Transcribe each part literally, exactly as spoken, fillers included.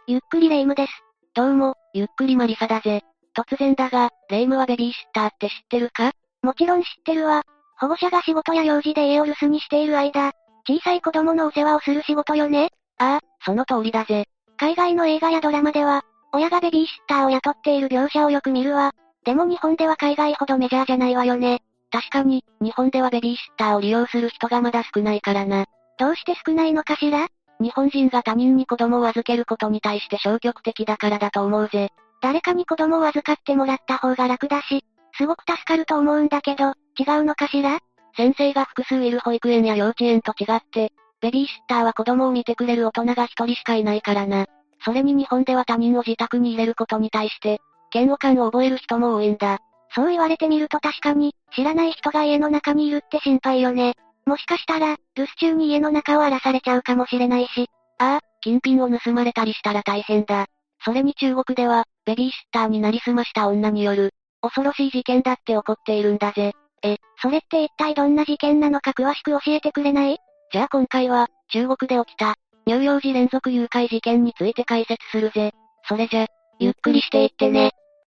ゆっくりレ夢ムです。 どうも、ゆっくりマリサだぜ。突然だが、レ夢ムはベビーシッターって知ってるか？ もちろん知ってるわ。保護者が仕事や用事で家を留守にしている間、小さい子供のお世話をする仕事よね。 ああ、その通りだぜ。 海外の映画やドラマでは、親がベビーシッターを雇っている描写をよく見るわ。でも日本では海外ほどメジャーじゃないわよね。 確かに、日本ではベビーシッターを利用する人がまだ少ないからな。 どうして少ないのかしら？ 日本人が他人に子供を預けることに対して消極的だからだと思うぜ。 誰かに子供を預かってもらった方が楽だし、すごく助かると思うんだけど、違うのかしら？ 先生が複数いる保育園や幼稚園と違って、ベビーシッターは子供を見てくれる大人が一人しかいないからな。それに日本では他人を自宅に入れることに対して、嫌悪感を覚える人も多いんだ。 そう言われてみると確かに、知らない人が家の中にいるって心配よね。もしかしたら、留守中に家の中を荒らされちゃうかもしれないし。 ああ、金品を盗まれたりしたら大変だ。それに中国では、ベビーシッターになりすました女による、恐ろしい事件だって起こっているんだぜ。 え、それって一体どんな事件なのか詳しく教えてくれない？ じゃあ今回は、中国で起きた、乳幼児連続誘拐事件について解説するぜ。それじゃ、ゆっくりしていってね。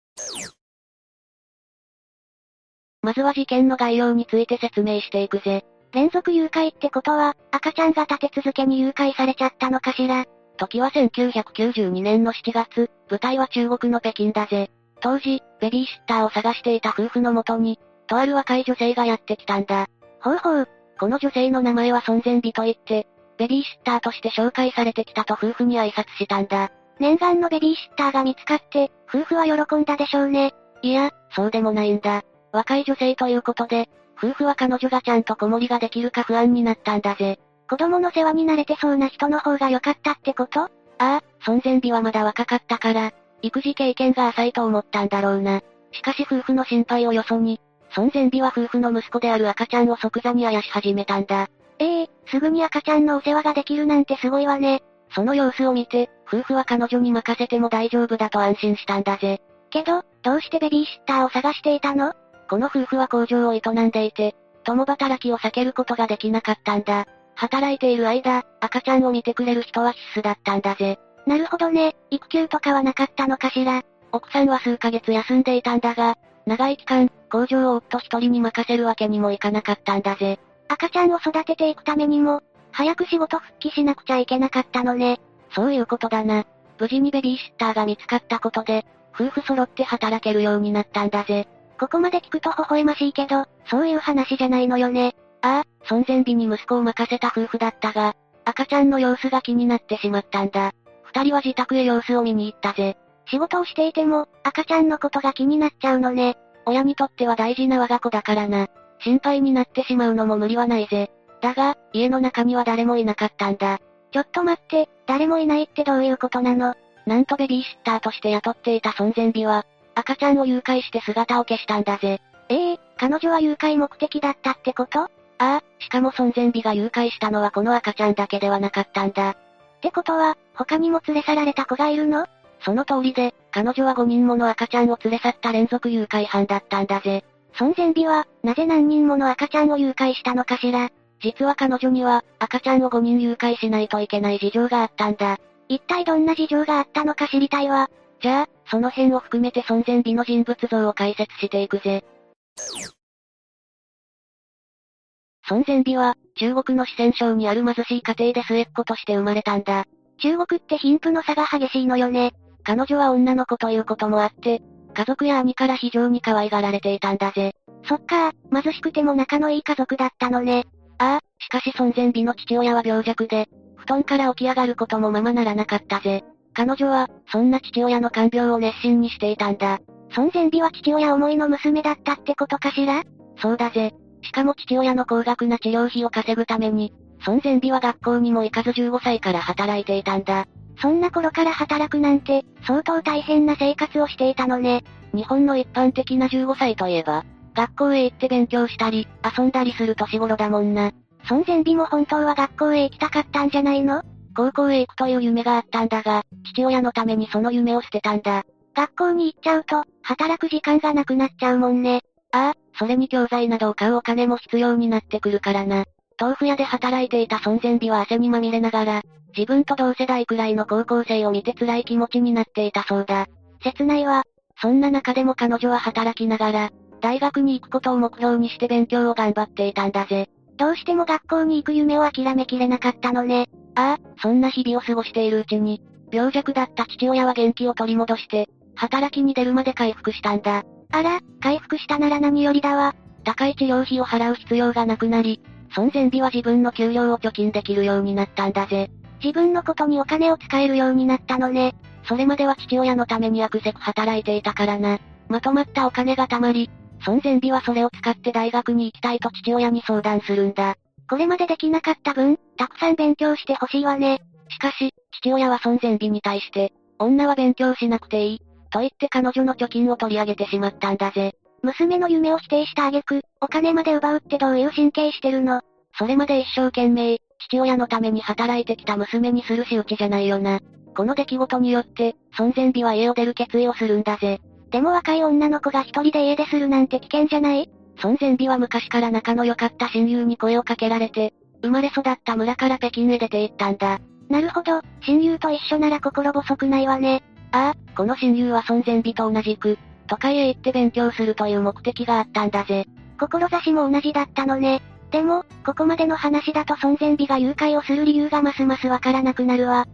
まずは事件の概要について説明していくぜ。 連続誘拐ってことは、赤ちゃんが立て続けに誘拐されちゃったのかしら？ 時はせんきゅうひゃくきゅうじゅうにねんのしちがつ、舞台は中国の北京だぜ。当時、ベビーシッターを探していた夫婦のもとに、とある若い女性がやってきたんだ。 ほうほう。 この女性の名前は孫善美といって、ベビーシッターとして紹介されてきたと夫婦に挨拶したんだ。 念願のベビーシッターが見つかって、夫婦は喜んだでしょうね。 いや、そうでもないんだ。若い女性ということで、夫婦は彼女がちゃんと子守りができるか不安になったんだぜ。 子供の世話に慣れてそうな人の方が良かったってこと？ああ、孫善美はまだ若かったから、育児経験が浅いと思ったんだろうな。しかし夫婦の心配をよそに、孫善美は夫婦の息子である赤ちゃんを即座にあやし始めたんだ。 ええー、すぐに赤ちゃんのお世話ができるなんてすごいわね。 その様子を見て、夫婦は彼女に任せても大丈夫だと安心したんだぜ。 けど、どうしてベビーシッターを探していたの？ この夫婦は工場を営んでいて、共働きを避けることができなかったんだ。働いている間、赤ちゃんを見てくれる人は必須だったんだぜ。 なるほどね、育休とかはなかったのかしら。 奥さんは数ヶ月休んでいたんだが、長い期間、工場を夫一人に任せるわけにもいかなかったんだぜ。 赤ちゃんを育てていくためにも、早く仕事復帰しなくちゃいけなかったのね。 そういうことだな。無事にベビーシッターが見つかったことで、夫婦揃って働けるようになったんだぜ。 ここまで聞くと微笑ましいけど、そういう話じゃないのよね。 ああ、孫善美に息子を任せた夫婦だったが、赤ちゃんの様子が気になってしまったんだ。二人は自宅へ様子を見に行ったぜ。 仕事をしていても、赤ちゃんのことが気になっちゃうのね。 親にとっては大事な我が子だからな。心配になってしまうのも無理はないぜ。だが、家の中には誰もいなかったんだ。 ちょっと待って、誰もいないってどういうことなの？ なんとベビーシッターとして雇っていた孫善美は、赤ちゃんを誘拐して姿を消したんだぜ。 ええー、彼女は誘拐目的だったってこと？ああ、しかも孫善美が誘拐したのはこの赤ちゃんだけではなかったんだ。 ってことは、他にも連れ去られた子がいるの？ その通りで、彼女はごにんもの赤ちゃんを連れ去った連続誘拐犯だったんだぜ。 孫善美は、なぜ何人もの赤ちゃんを誘拐したのかしら？ 実は彼女には、赤ちゃんをごにん誘拐しないといけない事情があったんだ。 一体どんな事情があったのか知りたいわ。 じゃあ、その辺を含めて孫善美の人物像を解説していくぜ。孫善美は、中国の四川省にある貧しい家庭で末っ子として生まれたんだ。 中国って貧富の差が激しいのよね。 彼女は女の子ということもあって、家族や兄から非常に可愛がられていたんだぜ。 そっか、貧しくても仲のいい家族だったのね。 ああ、しかし孫善美の父親は病弱で、布団から起き上がることもままならなかったぜ。彼女は、そんな父親の看病を熱心にしていたんだ。 孫善美は父親思いの娘だったってことかしら？ そうだぜ。しかも父親の高額な治療費を稼ぐために、孫善美は学校にも行かずじゅうごさいから働いていたんだ。 そんな頃から働くなんて、相当大変な生活をしていたのね。 日本の一般的なじゅうごさいといえば、学校へ行って勉強したり、遊んだりする年頃だもんな。 孫善美も本当は学校へ行きたかったんじゃないの？ 高校へ行くという夢があったんだが、父親のためにその夢を捨てたんだ。 学校に行っちゃうと、働く時間がなくなっちゃうもんね。 ああ、それに教材などを買うお金も必要になってくるからな。 豆腐屋で働いていた孫善美は汗にまみれながら、自分と同世代くらいの高校生を見て辛い気持ちになっていたそうだ。 切ないわ。 そんな中でも彼女は働きながら、大学に行くことを目標にして勉強を頑張っていたんだぜ。 どうしても学校に行く夢を諦めきれなかったのね。 ああ、そんな日々を過ごしているうちに、病弱だった父親は元気を取り戻して、働きに出るまで回復したんだ。 あら、回復したなら何よりだわ。 高い治療費を払う必要がなくなり、孫善美は自分の給料を貯金できるようになったんだぜ。 自分のことにお金を使えるようになったのね。 それまでは父親のためにあくせく働いていたからな。まとまったお金が貯まり、孫善美はそれを使って大学に行きたいと父親に相談するんだ。 これまでできなかった分、たくさん勉強してほしいわね。 しかし、父親は孫善美に対して、女は勉強しなくていい、と言って彼女の貯金を取り上げてしまったんだぜ。 娘の夢を否定した挙句、お金まで奪うってどういう神経してるの？ それまで一生懸命、父親のために働いてきた娘にする仕打ちじゃないよな。この出来事によって、孫善美は家を出る決意をするんだぜ。 でも若い女の子が一人で家出するなんて危険じゃない？ 孫善美は昔から仲の良かった親友に声をかけられて、生まれ育った村から北京へ出て行ったんだ。 なるほど、親友と一緒なら心細くないわね。 ああ、この親友は孫善美と同じく、都会へ行って勉強するという目的があったんだぜ。 志も同じだったのね。でも、ここまでの話だと孫善美が誘拐をする理由がますますわからなくなるわ。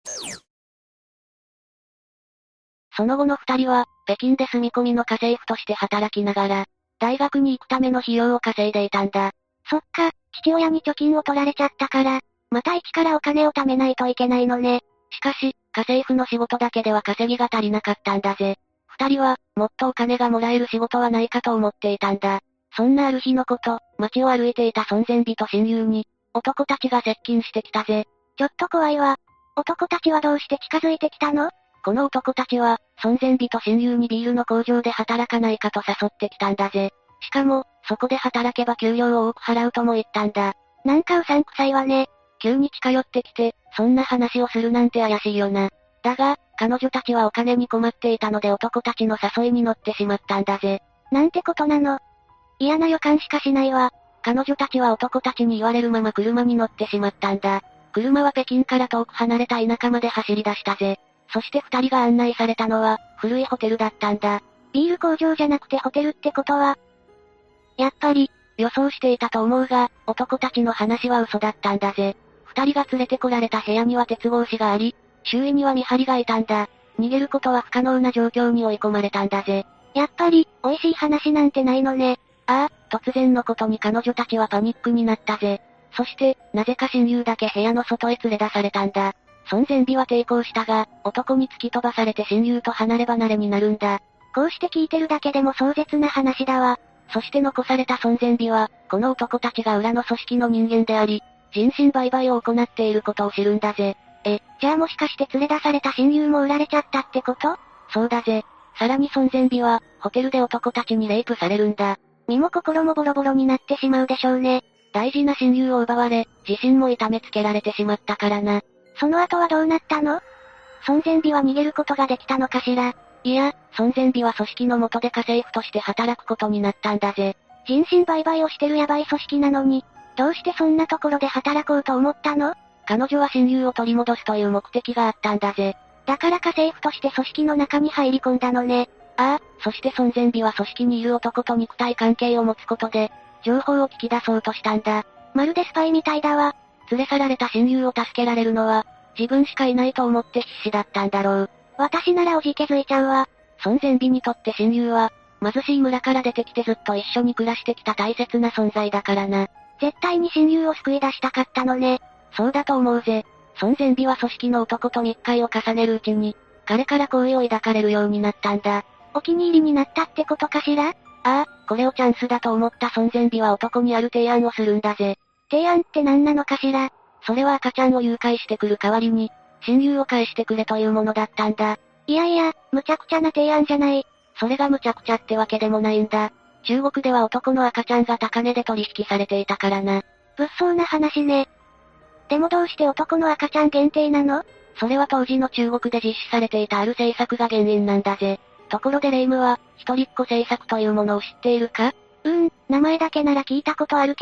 その後の二人は、北京で住み込みの家政婦として働きながら、大学に行くための費用を稼いでいたんだ。 そっか、父親に貯金を取られちゃったから、また一からお金を貯めないといけないのね。 しかし、家政婦の仕事だけでは稼ぎが足りなかったんだぜ。二人は、もっとお金がもらえる仕事はないかと思っていたんだ。そんなある日のこと、街を歩いていた孫善美と親友に、男たちが接近してきたぜ。 ちょっと怖いわ。男たちはどうして近づいてきたの？ この男たちは、孫善美と親友にビールの工場で働かないかと誘ってきたんだぜ。しかも、そこで働けば給料を多く払うとも言ったんだ。 なんかうさんくさいわね。 急に近寄ってきて、そんな話をするなんて怪しいよな。だが、彼女たちはお金に困っていたので男たちの誘いに乗ってしまったんだぜ。 なんてことなの。嫌な予感しかしないわ。 彼女たちは男たちに言われるまま車に乗ってしまったんだ。車は北京から遠く離れた田舎まで走り出したぜ。そして二人が案内されたのは、古いホテルだったんだ。 ビール工場じゃなくてホテルってことは、やっぱり、 予想していたと思うが、男たちの話は嘘だったんだぜ。二人が連れてこられた部屋には鉄格子があり、周囲には見張りがいたんだ。逃げることは不可能な状況に追い込まれたんだぜ。 やっぱり、美味しい話なんてないのね。 ああ、突然のことに彼女たちはパニックになったぜ。そして、なぜか親友だけ部屋の外へ連れ出されたんだ。孫善美は抵抗したが、男に突き飛ばされて親友と離れ離れになるんだ。 こうして聞いてるだけでも壮絶な話だわ。 そして残された孫善美は、この男たちが裏の組織の人間であり、人身売買を行っていることを知るんだぜ。 え、じゃあもしかして連れ出された親友も売られちゃったってこと？ そうだぜ。さらに孫善美は、ホテルで男たちにレイプされるんだ。 身も心もボロボロになってしまうでしょうね。 大事な親友を奪われ、自身も痛めつけられてしまったからな。 その後はどうなったの？孫善美は逃げることができたのかしら？ いや、孫善美は組織の下で家政婦として働くことになったんだぜ。 人身売買をしてるヤバい組織なのに、どうしてそんなところで働こうと思ったの？ 彼女は親友を取り戻すという目的があったんだぜ。 だから家政婦として組織の中に入り込んだのね。 ああ、そして孫善美は組織にいる男と肉体関係を持つことで、情報を聞き出そうとしたんだ。 まるでスパイみたいだわ。 連れ去られた親友を助けられるのは、自分しかいないと思って必死だったんだろう。 私ならおじけづいちゃうわ。 孫善美にとって親友は、貧しい村から出てきてずっと一緒に暮らしてきた大切な存在だからな。 絶対に親友を救い出したかったのね。 そうだと思うぜ。孫善美は組織の男と密会を重ねるうちに、彼から好意を抱かれるようになったんだ。 お気に入りになったってことかしら？ ああ、これをチャンスだと思った孫善美は男にある提案をするんだぜ。 提案って何なのかしら？ それは赤ちゃんを誘拐してくる代わりに、親友を返してくれというものだったんだ。 いやいや、無茶苦茶な提案じゃない。 それが無茶苦茶ってわけでもないんだ。中国では男の赤ちゃんが高値で取引されていたからな。 物騒な話ね。でもどうして男の赤ちゃん限定なの？ それは当時の中国で実施されていたある政策が原因なんだぜ。ところでレイムは、一人っ子政策というものを知っているか？ うーん、名前だけなら聞いたことあるけど、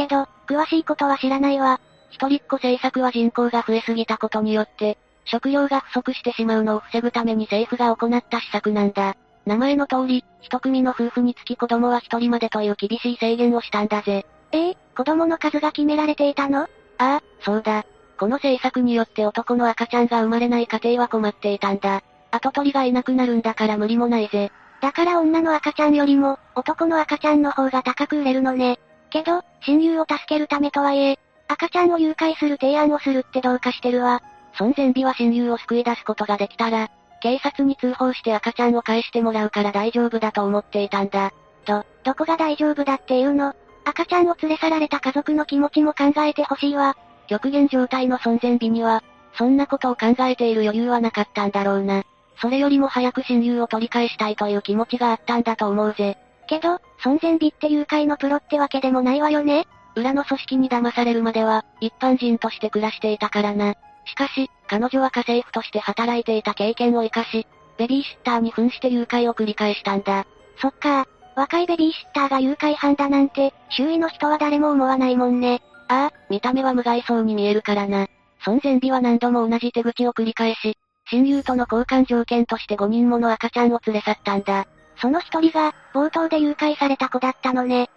詳しいことは知らないわ。 一人っ子政策は人口が増えすぎたことによって、食料が不足してしまうのを防ぐために政府が行った施策なんだ。名前の通り、一組の夫婦につき子供は一人までという厳しい制限をしたんだぜ。 ええー、子供の数が決められていたの？ああ、そうだ。この政策によって男の赤ちゃんが生まれない家庭は困っていたんだ。跡取りがいなくなるんだから無理もないぜ。 だから女の赤ちゃんよりも、男の赤ちゃんの方が高く売れるのね。けど、親友を助けるためとはいえ、赤ちゃんを誘拐する提案をするってどうかしてるわ。 孫善美は親友を救い出すことができたら、警察に通報して赤ちゃんを返してもらうから大丈夫だと思っていたんだ。 ど、どこが大丈夫だっていうの？赤ちゃんを連れ去られた家族の気持ちも考えてほしいわ。 極限状態の孫善美には、そんなことを考えている余裕はなかったんだろうな。それよりも早く親友を取り返したいという気持ちがあったんだと思うぜ。 けど、孫善美って誘拐のプロってわけでもないわよね。 裏の組織に騙されるまでは、一般人として暮らしていたからな。しかし、彼女は家政婦として働いていた経験を活かし、ベビーシッターに扮して誘拐を繰り返したんだ。 そっか。若いベビーシッターが誘拐犯だなんて、周囲の人は誰も思わないもんね。 ああ、見た目は無害そうに見えるからな。孫善美は何度も同じ手口を繰り返し、親友との交換条件としてごにんもの赤ちゃんを連れ去ったんだ。 その一人が、冒頭で誘拐された子だったのね。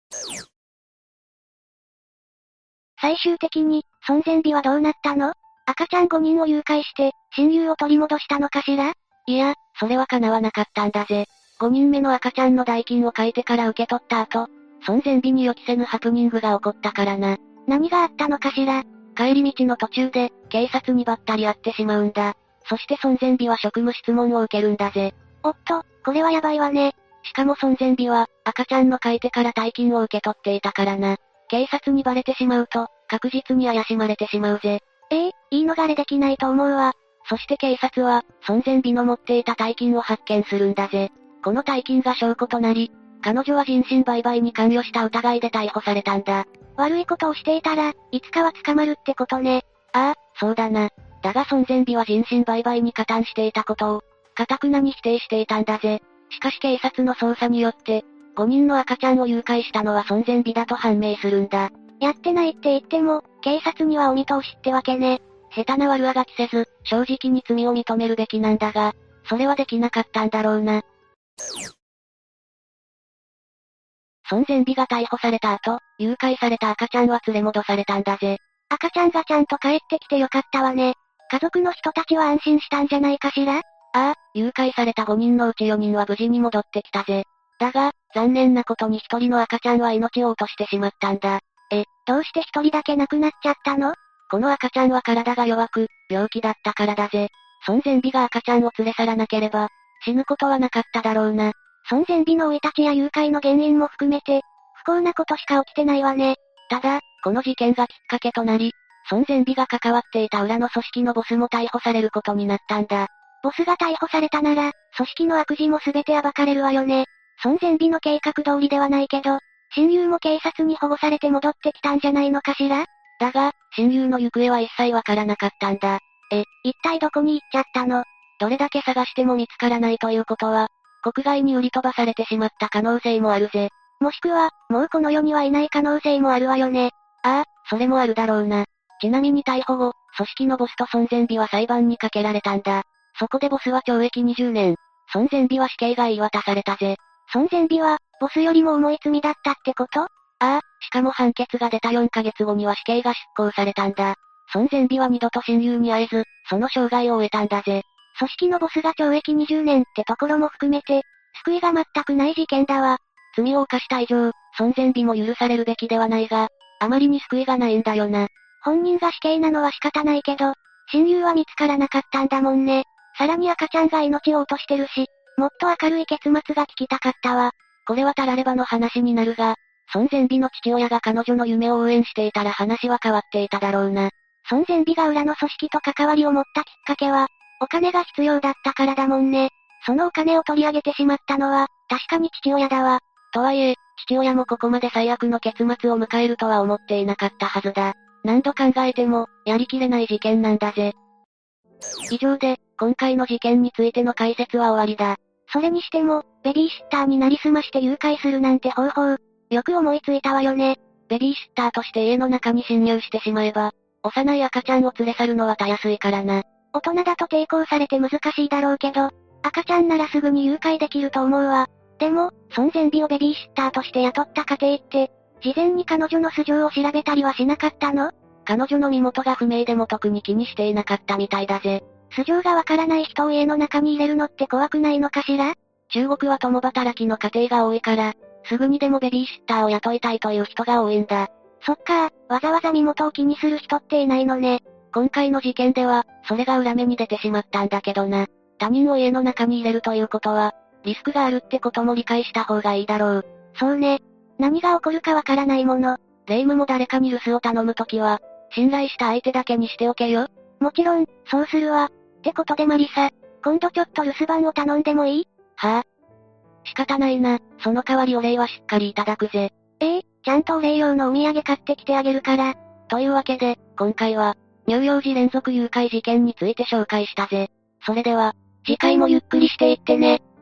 最終的に、孫善美はどうなったの？赤ちゃんごにんを誘拐して、親友を取り戻したのかしら？ いや、それは叶わなかったんだぜ。ごにんめの赤ちゃんの代金を書いてから受け取った後、孫善美に予期せぬハプニングが起こったからな。 何があったのかしら？ 帰り道の途中で、警察にばったり会ってしまうんだ。そして孫善美は職務質問を受けるんだぜ。 おっと、これはやばいわね。 しかも孫善美は、赤ちゃんの書いてから大金を受け取っていたからな。警察にバレてしまうと、確実に怪しまれてしまうぜ。 ええ、言い逃れできないと思うわ。 そして警察は、孫善美の持っていた大金を発見するんだぜ。この大金が証拠となり、彼女は人身売買に関与した疑いで逮捕されたんだ。 悪いことをしていたら、いつかは捕まるってことね。 ああ、そうだな。だが孫善美は人身売買に加担していたことを、堅くなに否定していたんだぜ。しかし警察の捜査によって、ごにんの赤ちゃんを誘拐したのは孫善美だと判明するんだ。 やってないって言っても、警察にはお見通しってわけね。 下手な悪あがきせず、正直に罪を認めるべきなんだが、それはできなかったんだろうな。孫善美が逮捕された後、誘拐された赤ちゃんは連れ戻されたんだぜ。 赤ちゃんがちゃんと帰ってきてよかったわね。家族の人たちは安心したんじゃないかしら？ ああ、誘拐されたごにんのうちよにんは無事に戻ってきたぜ。だが、残念なことにひとりの赤ちゃんは命を落としてしまったんだ。 え、どうしてひとりだけ亡くなっちゃったの？ この赤ちゃんは体が弱く、病気だったからだぜ。孫善美が赤ちゃんを連れ去らなければ、死ぬことはなかっただろうな。 孫善美の生い立ちや誘拐の原因も含めて、不幸なことしか起きてないわね。 ただ、この事件がきっかけとなり、孫善美が関わっていた裏の組織のボスも逮捕されることになったんだ。 ボスが逮捕されたなら、組織の悪事も全て暴かれるわよね。孫善美の計画通りではないけど、親友も警察に保護されて戻ってきたんじゃないのかしら？ だが、親友の行方は一切わからなかったんだ。 え、一体どこに行っちゃったの？ どれだけ探しても見つからないということは、国外に売り飛ばされてしまった可能性もあるぜ。 もしくは、もうこの世にはいない可能性もあるわよね。 ああ、それもあるだろうな。ちなみに逮捕後、組織のボスと孫善美は裁判にかけられたんだ。そこでボスは懲役にじゅうねん、孫善美は死刑が言い渡されたぜ。 孫善美は、ボスよりも重い罪だったってこと？ ああ、しかも判決が出たよんかげつごには死刑が執行されたんだ。孫善美は二度と親友に会えず、その生涯を終えたんだぜ。 組織のボスが懲役にじゅうねんってところも含めて、救いが全くない事件だわ。 罪を犯した以上、孫善美も許されるべきではないが、あまりに救いがないんだよな。 本人が死刑なのは仕方ないけど、親友は見つからなかったんだもんね。さらに赤ちゃんが命を落としてるし、もっと明るい結末が聞きたかったわ。 これはたらればの話になるが、孫善美の父親が彼女の夢を応援していたら話は変わっていただろうな。 孫善美が裏の組織と関わりを持ったきっかけは、お金が必要だったからだもんね。そのお金を取り上げてしまったのは、確かに父親だわ。 とはいえ、父親もここまで最悪の結末を迎えるとは思っていなかったはずだ。何度考えても、やりきれない事件なんだぜ。以上で、今回の事件についての解説は終わりだ。 それにしても、ベビーシッターになりすまして誘拐するなんて方法、よく思いついたわよね。 ベビーシッターとして家の中に侵入してしまえば、幼い赤ちゃんを連れ去るのはたやすいからな。 大人だと抵抗されて難しいだろうけど、赤ちゃんならすぐに誘拐できると思うわ。でも、孫善美をベビーシッターとして雇った家庭って、事前に彼女の素性を調べたりはしなかったの？ 彼女の身元が不明でも特に気にしていなかったみたいだぜ。 素性がわからない人を家の中に入れるのって怖くないのかしら？ 中国は共働きの家庭が多いから、すぐにでもベビーシッターを雇いたいという人が多いんだ。 そっか、わざわざ身元を気にする人っていないのね。 今回の事件では、それが裏目に出てしまったんだけどな。他人を家の中に入れるということは、リスクがあるってことも理解した方がいいだろう。 そうね。何が起こるかわからないもの。 霊夢も誰かに留守を頼むときは、信頼した相手だけにしておけよ。 もちろん、そうするわ。ってことでマリサ、今度ちょっと留守番を頼んでもいい？ はぁ、あ。仕方ないな、その代わりお礼はしっかりいただくぜ。 ええ、ちゃんとお礼用のお土産買ってきてあげるから。 というわけで、今回は、乳幼児連続誘拐事件について紹介したぜ。それでは、次回もゆっくりしていってね。